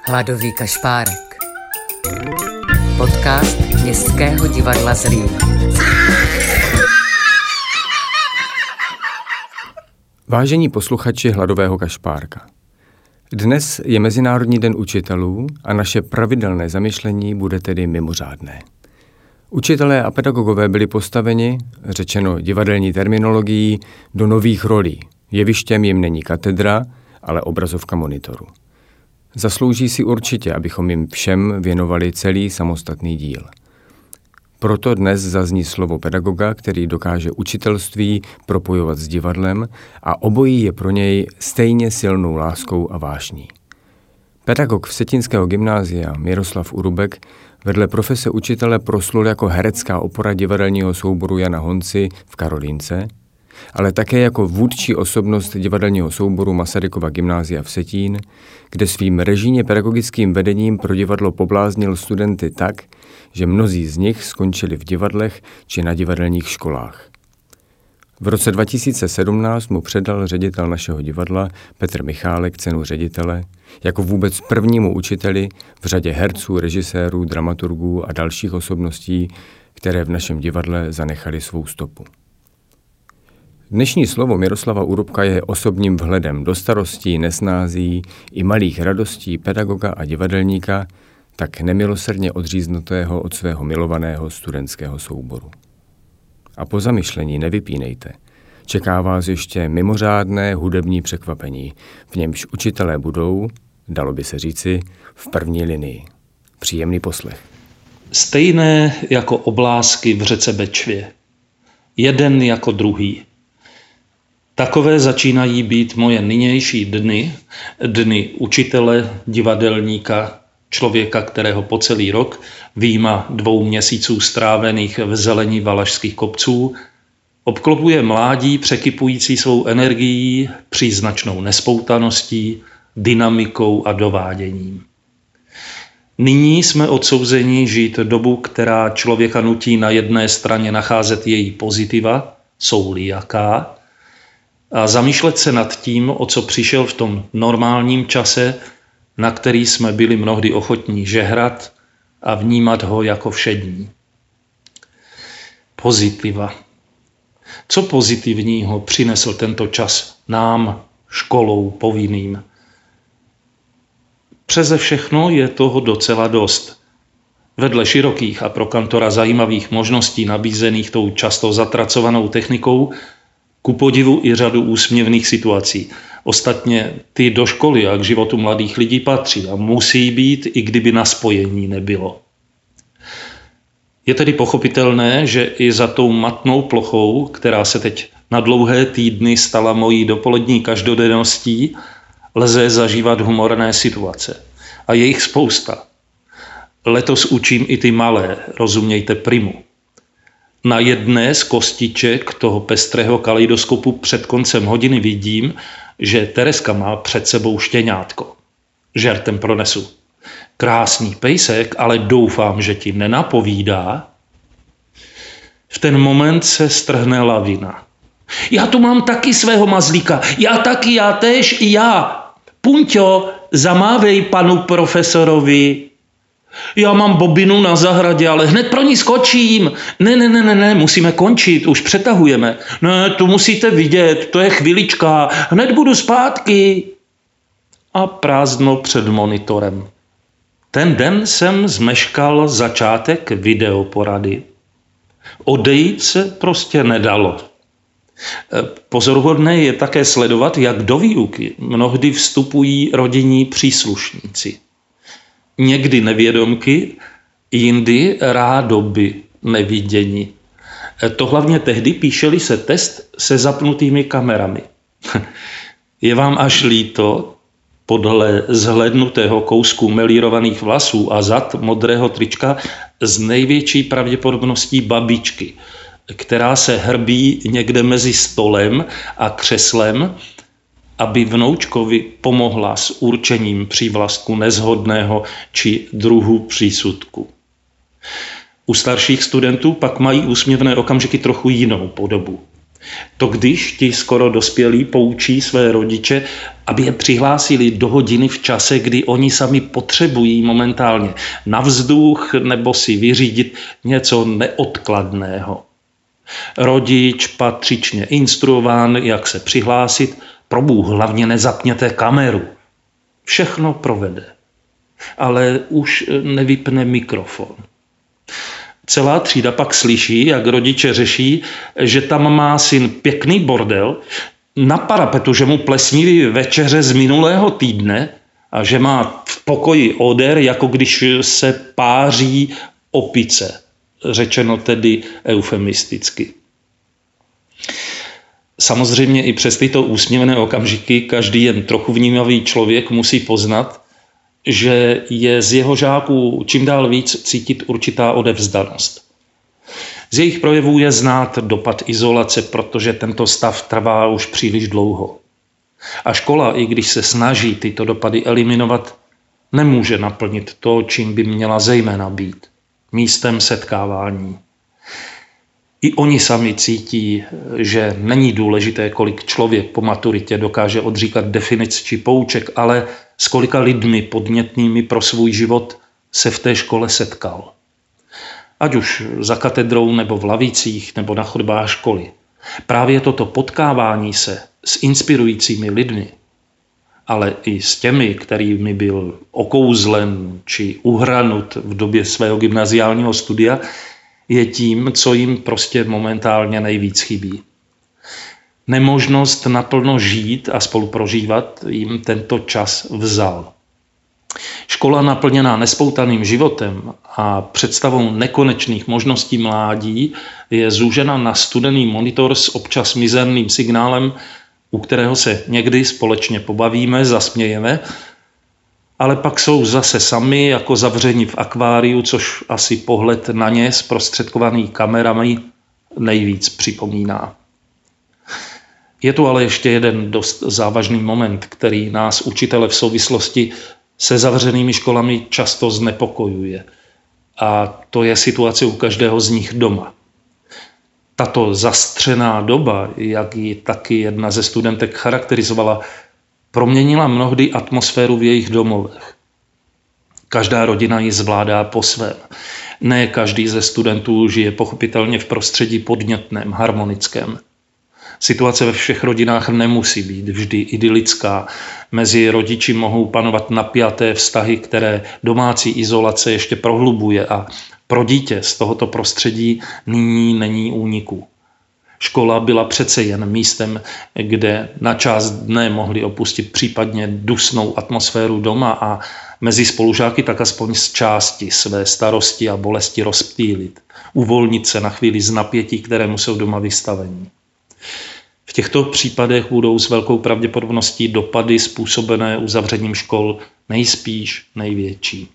Hladový kašpárek. Podcast Městského divadla Zlín. Vážení posluchači Hladového kašpárka. Dnes je Mezinárodní den učitelů a naše pravidelné zamyšlení bude tedy mimořádné. Učitelé a pedagogové byli postaveni, řečeno divadelní terminologií, do nových rolí. Jevištěm jim není katedra, ale obrazovka monitoru. Zaslouží si určitě, abychom jim všem věnovali celý samostatný díl. Proto dnes zazní slovo pedagoga, který dokáže učitelství propojovat s divadlem a obojí je pro něj stejně silnou láskou a vášní. Pedagog Vsetínského gymnázia Miroslav Urubek vedle profese učitele proslul jako herecká opora divadelního souboru Jana Honci v Karolínce, ale také jako vůdčí osobnost divadelního souboru Masarykova gymnázia Vsetín, kde svým režijně pedagogickým vedením pro divadlo pobláznil studenty tak, že mnozí z nich skončili v divadlech či na divadelních školách. V roce 2017 mu předal ředitel našeho divadla Petr Michálek cenu ředitele jako vůbec prvnímu učiteli v řadě herců, režisérů, dramaturgů a dalších osobností, které v našem divadle zanechali svou stopu. Dnešní slovo Miroslava Urubka je osobním vhledem do starostí, nesnází i malých radostí pedagoga a divadelníka, tak nemilosrdně odříznutého od svého milovaného studentského souboru. A po zamyšlení nevypínejte. Čeká vás ještě mimořádné hudební překvapení, v němž učitelé budou, dalo by se říci, v první linii. Příjemný poslech. Stejné jako oblásky v řece Bečvě. Jeden jako druhý. Takové začínají být moje nynější dny učitele, divadelníka, člověka, kterého po celý rok, vyjma 2 měsíců strávených v zelení valašských kopců, obklopuje mládí překypující svou energií, příznačnou nespoutaností, dynamikou a dováděním. Nyní jsme odsouzeni žít dobu, která člověka nutí na jedné straně nacházet její pozitiva, jsou-li jaká, a zamýšlet se nad tím, o co přišel v tom normálním čase, na který jsme byli mnohdy ochotní žehrat a vnímat ho jako všední. Pozitiva. Co pozitivního přinesl tento čas nám, školou povinným? Přeze všechno je toho docela dost. Vedle širokých a pro kantora zajímavých možností nabízených tou často zatracovanou technikou, ku podivu i řadu úsměvných situací. Ostatně ty do školy a k životu mladých lidí patří a musí být, i kdyby na spojení nebylo. Je tedy pochopitelné, že i za tou matnou plochou, která se teď na dlouhé týdny stala mojí dopolední každodenností, lze zažívat humorné situace. A je jich spousta. Letos učím i ty malé, rozumějte primu. Na jedné z kostiček toho pestrého kaleidoskopu před koncem hodiny vidím, že Tereska má před sebou štěňátko. Žertem pronesu. Krásný pejsek, ale doufám, že ti nenapovídá. V ten moment se strhne lavina. Já tu mám taky svého mazlíka. Já též i já. Punťo, zamávej panu profesorovi. Já mám bobinu na zahradě, ale hned pro ní skočím. Ne, musíme končit, už přetahujeme. Ne, tu musíte vidět, to je chvilička, hned budu zpátky. A prázdno před monitorem. Ten den jsem zmeškal začátek videoporady. Odejít se prostě nedalo. Pozoruhodné je také sledovat, jak do výuky mnohdy vstupují rodinní příslušníci. Někdy nevědomky, jindy rádoby neviděni. To hlavně tehdy, píše-li se test se zapnutými kamerami. Je vám až líto, podle zhlédnutého kousku melírovaných vlasů a zad modrého trička s největší pravděpodobností babičky, která se hrbí někde mezi stolem a křeslem, aby vnoučkovi pomohla s určením přívlastku nezhodného či druhu přísudku. U starších studentů pak mají úsměvné okamžiky trochu jinou podobu. To když ti skoro dospělí poučí své rodiče, aby je přihlásili do hodiny v čase, kdy oni sami potřebují momentálně na vzduch nebo si vyřídit něco neodkladného. Rodič patřičně instruován, jak se přihlásit, probůh, hlavně nezapněte kameru. Všechno provede, ale už nevypne mikrofon. Celá třída pak slyší, jak rodiče řeší, že tam má syn pěkný bordel, na parapetu, že mu plesniví večeře z minulého týdne a že má v pokoji odér, jako když se páří opice. Řečeno tedy eufemisticky. Samozřejmě i přes tyto úsměvné okamžiky každý jen trochu vnímavý člověk musí poznat, že je z jeho žáků čím dál víc cítit určitá odevzdanost. Z jejich projevů je znát dopad izolace, protože tento stav trvá už příliš dlouho. A škola, i když se snaží tyto dopady eliminovat, nemůže naplnit to, čím by měla zejména být. Místem setkávání. I oni sami cítí, že není důležité, kolik člověk po maturitě dokáže odříkat definic či pouček, ale s kolika lidmi podnětnými pro svůj život se v té škole setkal. Ať už za katedrou nebo v lavicích nebo na chodbách školy. Právě toto potkávání se s inspirujícími lidmi, ale i s těmi, kterými byl okouzlen či uhranut v době svého gymnaziálního studia, je tím, co jim prostě momentálně nejvíc chybí. Nemožnost naplno žít a spolu prožívat jim tento čas vzal. Škola naplněná nespoutaným životem a představou nekonečných možností mládí je zúžena na studený monitor s občas mizerným signálem, u kterého se někdy společně pobavíme, zasmějeme, ale pak jsou zase sami jako zavření v akváriu, což asi pohled na ně zprostředkovaný kamerami nejvíc připomíná. Je tu ale ještě jeden dost závažný moment, který nás učitele v souvislosti se zavřenými školami často znepokojuje. A to je situace u každého z nich doma. Tato zastřená doba, jak ji taky jedna ze studentek charakterizovala, proměnila mnohdy atmosféru v jejich domovech. Každá rodina ji zvládá po svém. Ne každý ze studentů žije pochopitelně v prostředí podnětném, harmonickém. Situace ve všech rodinách nemusí být vždy idylická. Mezi rodiči mohou panovat napjaté vztahy, které domácí izolace ještě prohlubuje a pro dítě z tohoto prostředí nyní není úniku. Škola byla přece jen místem, kde na část dne mohli opustit případně dusnou atmosféru doma a mezi spolužáky tak aspoň z části své starosti a bolesti rozptýlit, uvolnit se na chvíli z napětí, kterému jsou doma vystavení. V těchto případech budou s velkou pravděpodobností dopady způsobené uzavřením škol nejspíš největší.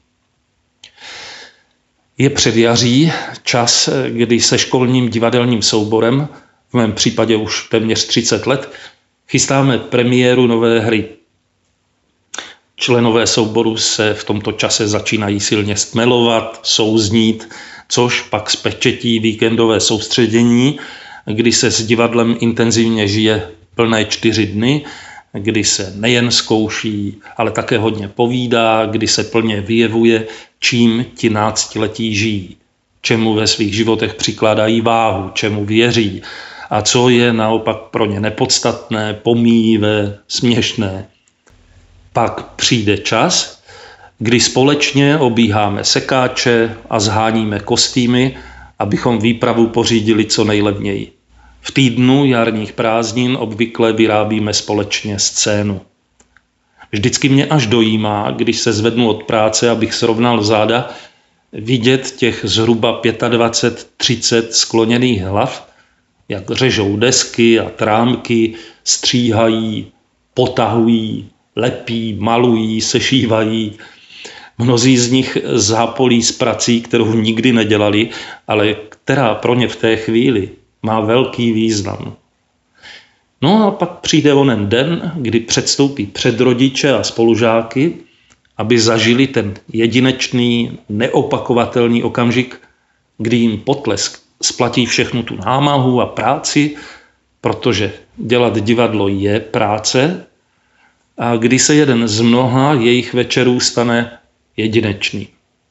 Je předjaří, čas, kdy se školním divadelním souborem, v mém případě už téměř 30 let, chystáme premiéru nové hry. Členové souboru se v tomto čase začínají silně stmelovat, souznít, což pak zpečetí víkendové soustředění, kdy se s divadlem intenzivně žije plné 4 dny, kdy se nejen zkouší, ale také hodně povídá, kdy se plně vyjevuje, čím ti náctiletí žijí, čemu ve svých životech přikládají váhu, čemu věří a co je naopak pro ně nepodstatné, pomíjivé, směšné. Pak přijde čas, kdy společně obíháme sekáče a zháníme kostýmy, abychom výpravu pořídili co nejlevněji. V týdnu jarních prázdnin obvykle vyrábíme společně scénu. Vždycky mě až dojímá, když se zvednu od práce, abych srovnal záda, vidět těch zhruba 25-30 skloněných hlav, jak řežou desky a trámky, stříhají, potahují, lepí, malují, sešívají. Mnozí z nich zápolí s prací, kterou nikdy nedělali, ale která pro ně v té chvíli má velký význam. No a pak přijde onen den, kdy předstoupí před rodiče a spolužáky, aby zažili ten jedinečný, neopakovatelný okamžik, kdy jim potlesk splatí všechnu tu námahu a práci protože dělat divadlo je práce a kdy se jeden z mnoha jejich večerů stane jedinečný.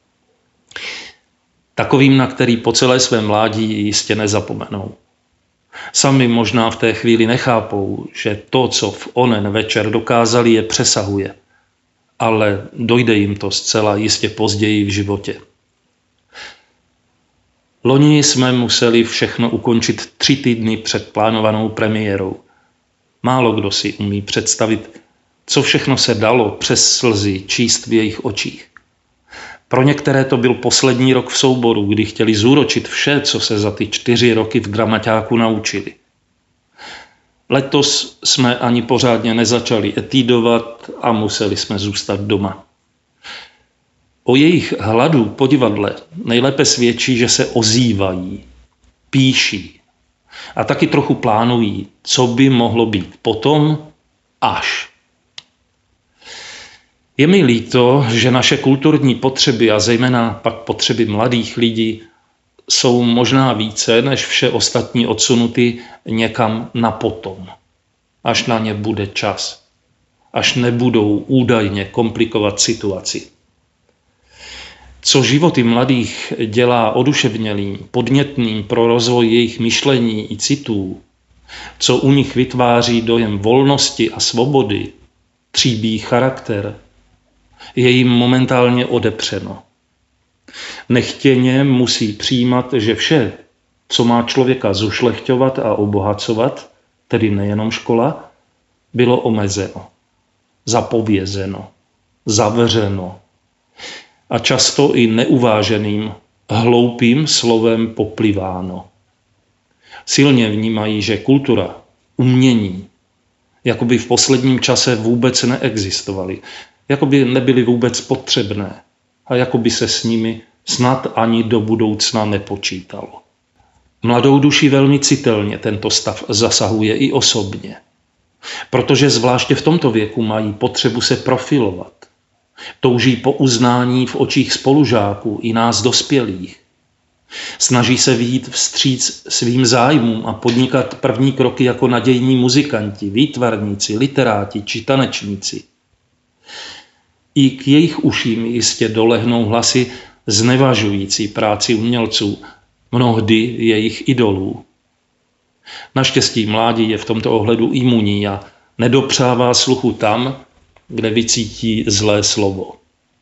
Takovým, na který po celé své mládí jistě nezapomenou. Sami možná v té chvíli nechápou, že to, co v onen večer dokázali, je přesahuje. Ale dojde jim to zcela jistě později v životě. Loni jsme museli všechno ukončit 3 týdny před plánovanou premiérou. Málo kdo si umí představit, co všechno se dalo přes slzy číst v jejich očích. Pro některé to byl poslední rok v souboru, kdy chtěli zúročit vše, co se za ty 4 roky v dramaťáku naučili. Letos jsme ani pořádně nezačali etýdovat a museli jsme zůstat doma. O jejich hladu po divadle nejlépe svědčí, že se ozývají, píší a taky trochu plánují, co by mohlo být potom až. Je mi líto, že naše kulturní potřeby a zejména pak potřeby mladých lidí jsou možná více než vše ostatní odsunuty někam na potom, až na ně bude čas, až nebudou údajně komplikovat situaci. Co životy mladých dělá oduševnělým, podnětným pro rozvoj jejich myšlení i citů, co u nich vytváří dojem volnosti a svobody, tříbí charakter, je jim momentálně odepřeno. Nechtěně musí přijímat, že vše, co má člověka zušlechťovat a obohacovat, tedy nejenom škola, bylo omezeno, zapovězeno, zavřeno a často i neuváženým, hloupým slovem popliváno. Silně vnímají, že kultura, umění, jako by v posledním čase vůbec neexistovaly, jako by nebyly vůbec potřebné a jako by se s nimi snad ani do budoucna nepočítalo. Mladou duši velmi citelně tento stav zasahuje i osobně, protože zvláště v tomto věku mají potřebu se profilovat. Touží po uznání v očích spolužáků i nás dospělých. Snaží se vyjít vstříc svým zájmům a podnikat první kroky jako nadějní muzikanti, výtvarníci, literáti či tanečníci. I k jejich uším jistě dolehnou hlasy znevažující práci umělců, mnohdy jejich idolů. Naštěstí mládí je v tomto ohledu imunní a nedopřává sluchu tam, kde vycítí zlé slovo.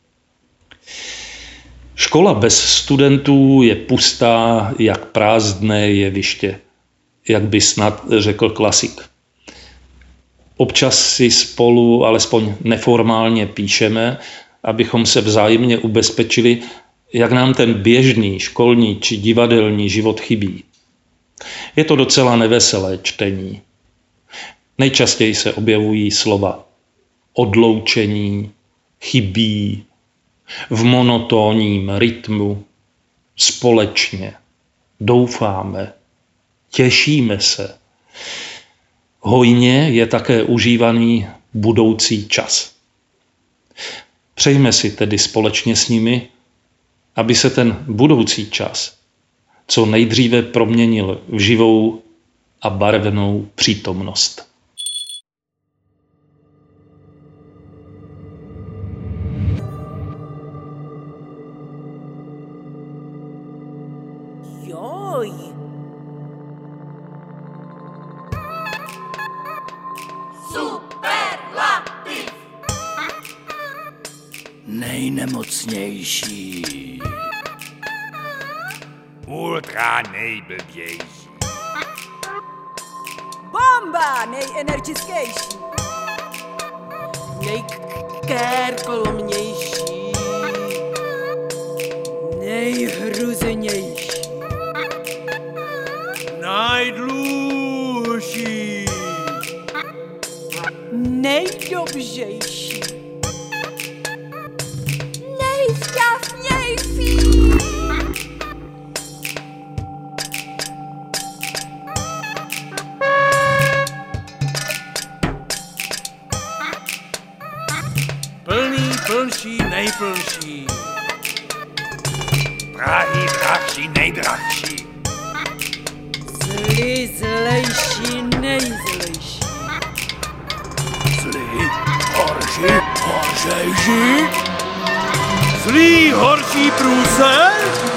Škola bez studentů je pustá jak prázdné jeviště, jak by snad řekl klasik. Občas si spolu alespoň neformálně píšeme, abychom se vzájemně ubezpečili, jak nám ten běžný školní či divadelní život chybí. Je to docela neveselé čtení. Nejčastěji se objevují slova odloučení, chybí, v monotónním rytmu, společně, doufáme, těšíme se. Hojně je také užívaný budoucí čas. Přejme si tedy společně s nimi, aby se ten budoucí čas co nejdříve proměnil v živou a barevnou přítomnost. Joj! Superlativ! Nejnemocnější. Ultra nejblbější. Bomba! Nejenergickější! Nejkérkolomnější! Nejhruzenější! Nejdlužší. Nejdobřejší! Nejšťastnější! Plný, plnší, nejplnší. Drahý, drahší, nejdrahší. Zlý, zlejší, nejzlejší. Zlý, horší, horšejší. Zlý, horší průser.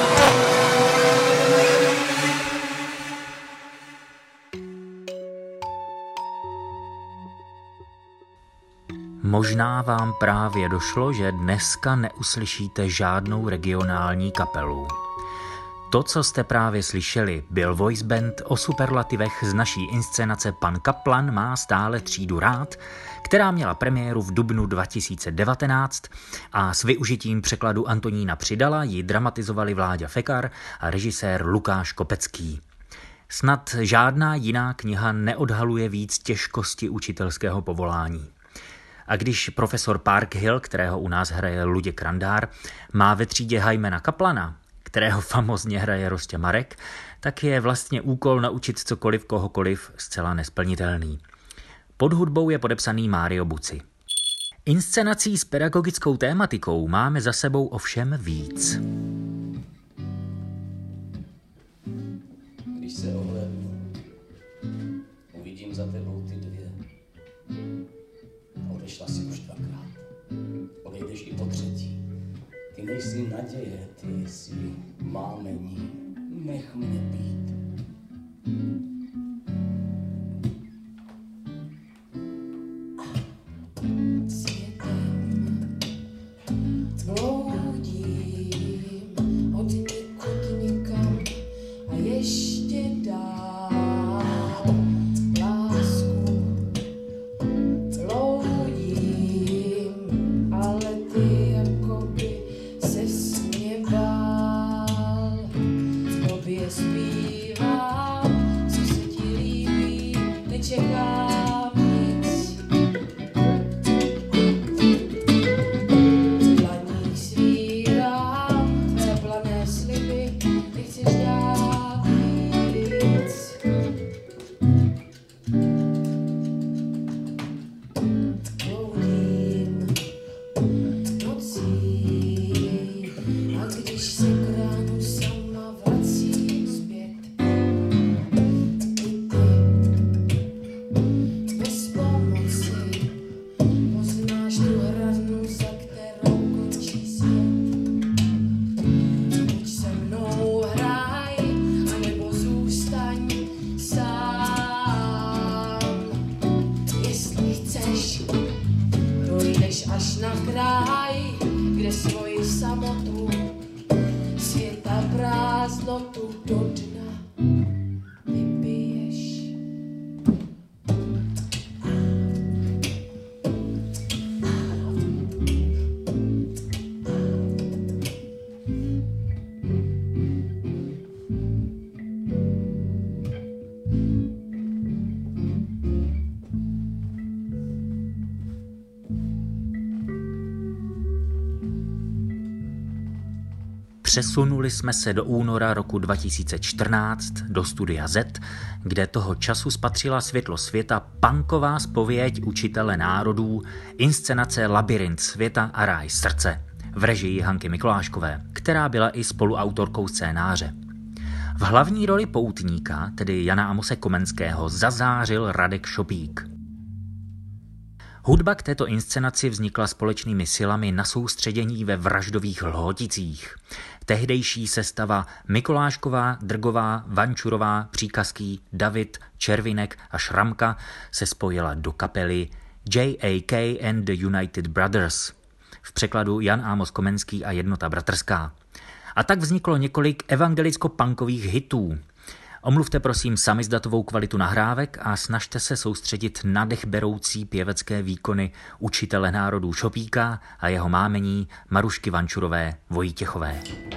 Možná vám právě došlo, že dneska neuslyšíte žádnou regionální kapelu. To, co jste právě slyšeli, byl voice band o superlativech z naší inscenace Pan Kaplan má stále třídu rád, která měla premiéru v dubnu 2019 a s využitím překladu Antonína Přidala ji dramatizovali Vláďa Fekar a režisér Lukáš Kopecký. Snad žádná jiná kniha neodhaluje víc těžkosti učitelského povolání. A když profesor Parkhill, kterého u nás hraje Luděk Randár, má ve třídě Hajmena Kaplana, kterého famózně hraje Rostě Marek, tak je vlastně úkol naučit cokoliv kohokoliv zcela nesplnitelný. Pod hudbou je podepsaný Mário Buci. Inscenací s pedagogickou tématikou máme za sebou ovšem víc. Když se ohlédnu, uvidím za tebou ty dvě. Odešla si už dvakrát, odejdeš i po třetí. Ty nejsi naděje, ty jsi mámení, nech mě být. Světem bloudím od nikud nikam a ještě dál lásku bloudím, ale ty jakoby se směbal. Tobě zpívám, co se ti líbí, nečekám nic. Dlaní svírám tvé plané sliby, nechceš dát víc. Bloudím nocí a když se k ránu sama vracím zpět, i ty bez pomoci poznáš tu hranu, za kterou končí svět. Buď se mnou hraj, anebo zůstaň sám. Jestli chceš, dojdeš až na kraj, kde svoji samotu, světa prázdnotu do dna vypiješ. Přesunuli jsme se do února roku 2014 do Studia Z, kde toho času spatřila světlo světa punková zpověď učitele národů, inscenace Labyrint světa a ráj srdce v režii Hanky Mikoláškové, která byla i spoluautorkou scénáře. V hlavní roli poutníka, tedy Jana Amose Komenského, zazářil Radek Šopík. Hudba k této inscenaci vznikla společnými silami na soustředění ve Vraždových Lhoticích. Tehdejší sestava Mikolášková, Drgová, Vančurová, Příkazký, David, Červinek a Šramka se spojila do kapely J.A.K. and the United Brothers. V překladu Jan Amos Komenský a Jednota bratrská. A tak vzniklo několik evangelicko-punkových hitů. Omluvte prosím samizdatovou kvalitu nahrávek a snažte se soustředit na dechberoucí pěvecké výkony učitele národů Šopíka a jeho mámení Marušky Vančurové Vojtěchové.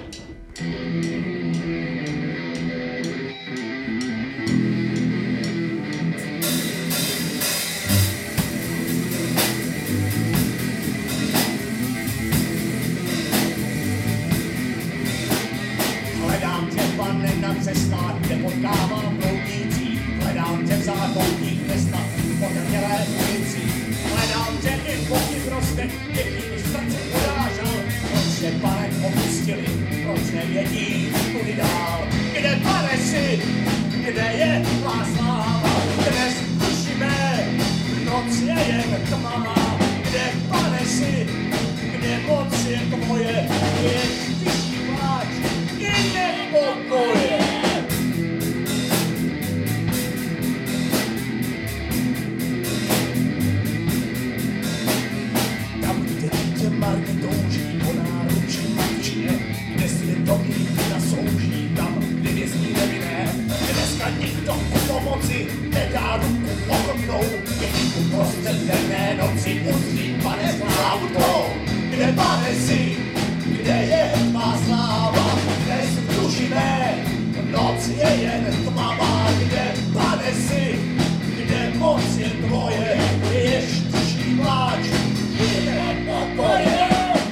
Hledám tě, pane, na cestách, kde potkávám bloudící. Hledám tě v zákoutních městech, potrmělé ulici. Hledám tě i v pochybnostech, kdyby srdce podážal. Proč tě, pane, opustili, proč nevědí, kudy dál? Kde, pane, jsi? Kde je je tvoje, je tichý pláč i nepokoje. Tam, kde dítě marně touží po náručí matčině, kde svědomí vína souží, tam, kde vězní nevinné, kde dneska nikdo ku pomoci nedá ruku ochotnou, jedinku prostřed temné noci uzlí pane s hlavutou. Kde pane si, kde je má sláva, dnes v duši mé, noc je jen tmavá. Kde pane si, kde moc je tvoje, je tichý pláč, je nepokoje.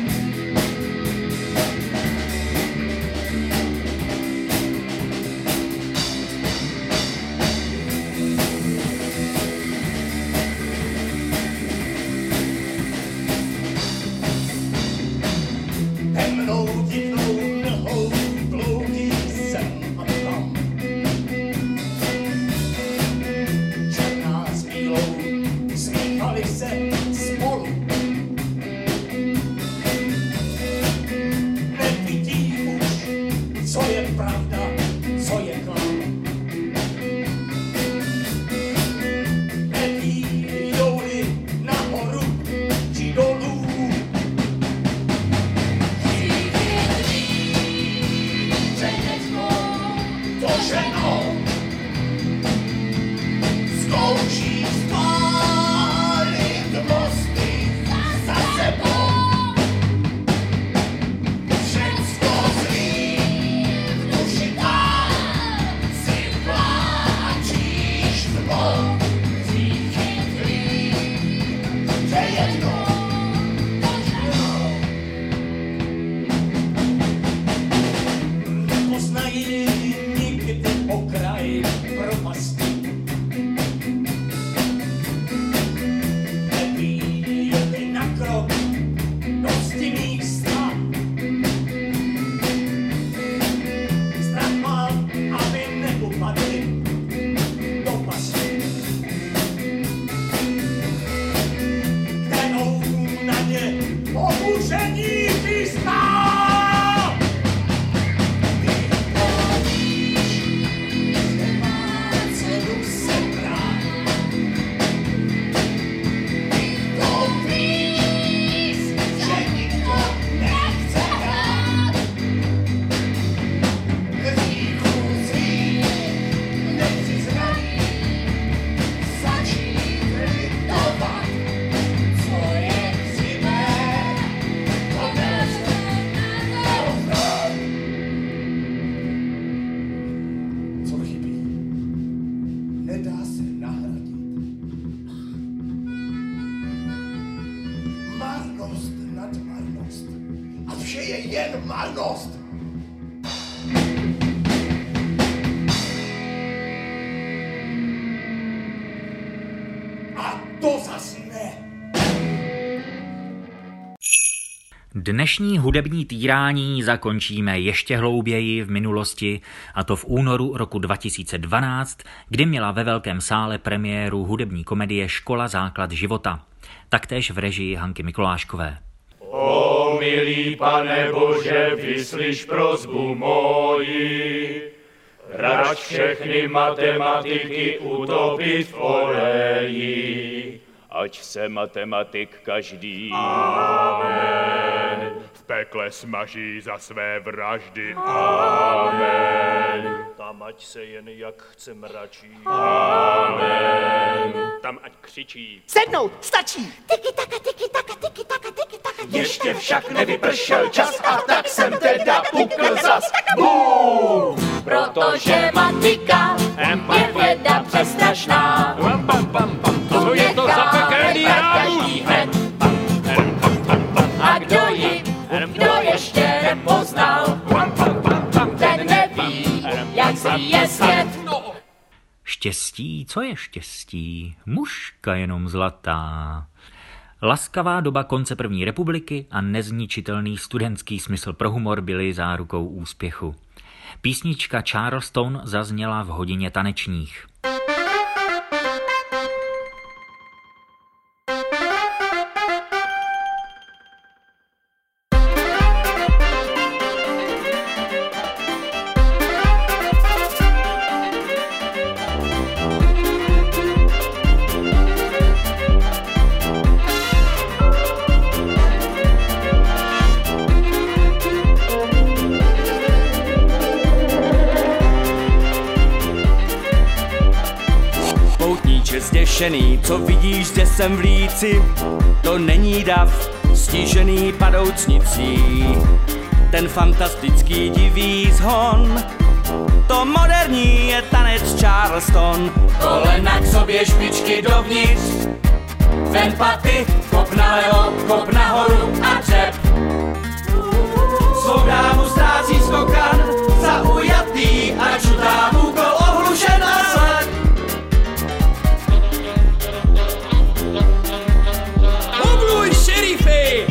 Dnešní hudební týrání zakončíme ještě hlouběji v minulosti, a to v únoru roku 2012, kdy měla ve Velkém sále premiéru hudební komedie Škola základ života, taktéž v režii Hanky Mikoláškové. O milý Pane Bože, vyslyš prosbu moji, rač všechny matematiky utopit v oleji. Ať se matematik každý Amen. V pekle smaží za své vraždy Amen. Tam ať se jen jak chce mračí Amen. Tam ať křičí Sednout, stačí! Tiki taka, tiki taka, tiki taka, tiki taka. ještě však nevypršel čas a tak jsem teda pukl zas BOOM! Protože matika je věda přestrašná. Co je to za pekelný každý hned. A kdo ještě nepoznal, ten neví, jak si je svět. Štěstí, co je štěstí? Mužka jenom zlatá. Laskavá doba konce první republiky a nezničitelný studentský smysl pro humor byly zárukou úspěchu. Písnička Charleston zazněla v hodině tanečních. nadešený, co vidíš, že jsem v líci, to není dav, stížený padoucnicí. Ten fantastický divý zhon, to moderní je tanec Charleston. Kolena k sobě, špičky dovnitř, ven paty, kop nalevo, kop nahoru a dřep. Svou dámu ztrácí skokan, zaujatý a čutá úkol ohlušen a sled. Obluj, šerify!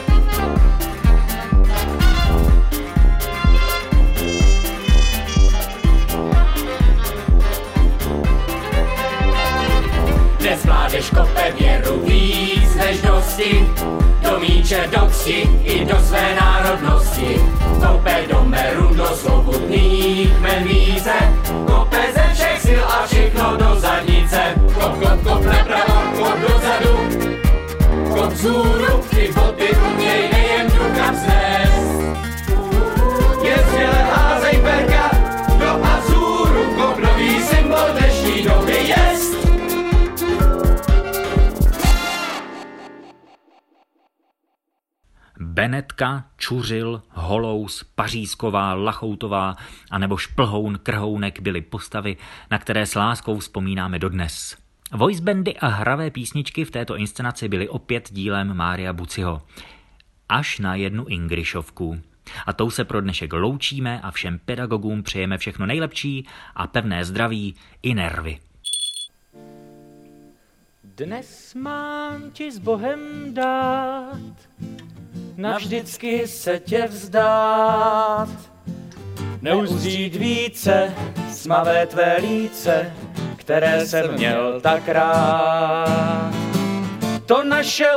Dnes mládež kope věru víc než dosti, do míče, do cti i do své národnosti. Kope do meru, do svobodných kmen více, kope ze všech sil a všechno do zadnice. Kop, kop, kop napravo, kop dozadu, kop vzhůru, ty boty uměj nejen druka vznést. Jezděle házej perka do azuru, kop nový symbol dnešní doby jest. Benetka, Čuřil, Holous, Pařízková, Lachoutová a nebo Šplhoun, Krhounek byly postavy, na které s láskou vzpomínáme dodnes. Voicebandy a hravé písničky v této inscenaci byly opět dílem Mária Buciho. Až na jednu Ingrišovku. A tou se pro dnešek loučíme a všem pedagogům přejeme všechno nejlepší a pevné zdraví i nervy. Dnes mám ti s Bohem dát, navždycky se tě vzdát, neuzřít více smavé tvé líce, které jsem měl tak rád. To naše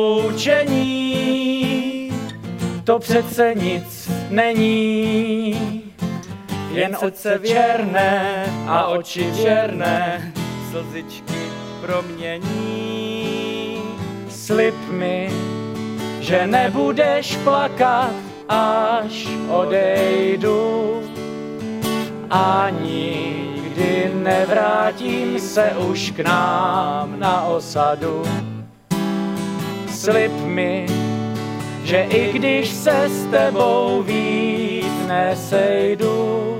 loučení, to přece nic není, jen srdce věrné a oči černé slzičky promění. Slib mi, že nebudeš plakat, až odejdu, a nikdy nevrátím se už k nám na osadu. Slib mi, že i když se s tebou víc nesejdu,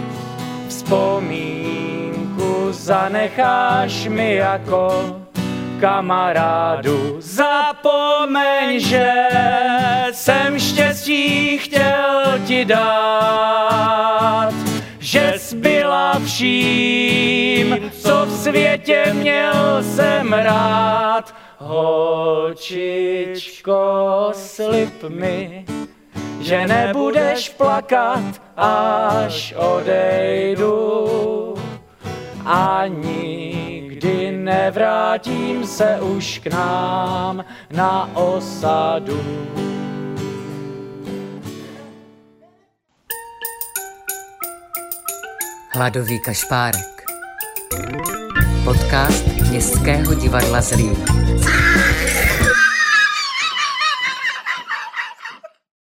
vzpomínku zanecháš mi jako kamarádu. Zapomeň, že jsem štěstí chtěl ti dát, že jsi byla vším, co v světě měl jsem rád. Holčičko, slib mi, že nebudeš plakat, až odejdu, a nikdy nevrátím se už k nám na osadu. Hladový kašpárek. Podcast Městského divadla Zlín.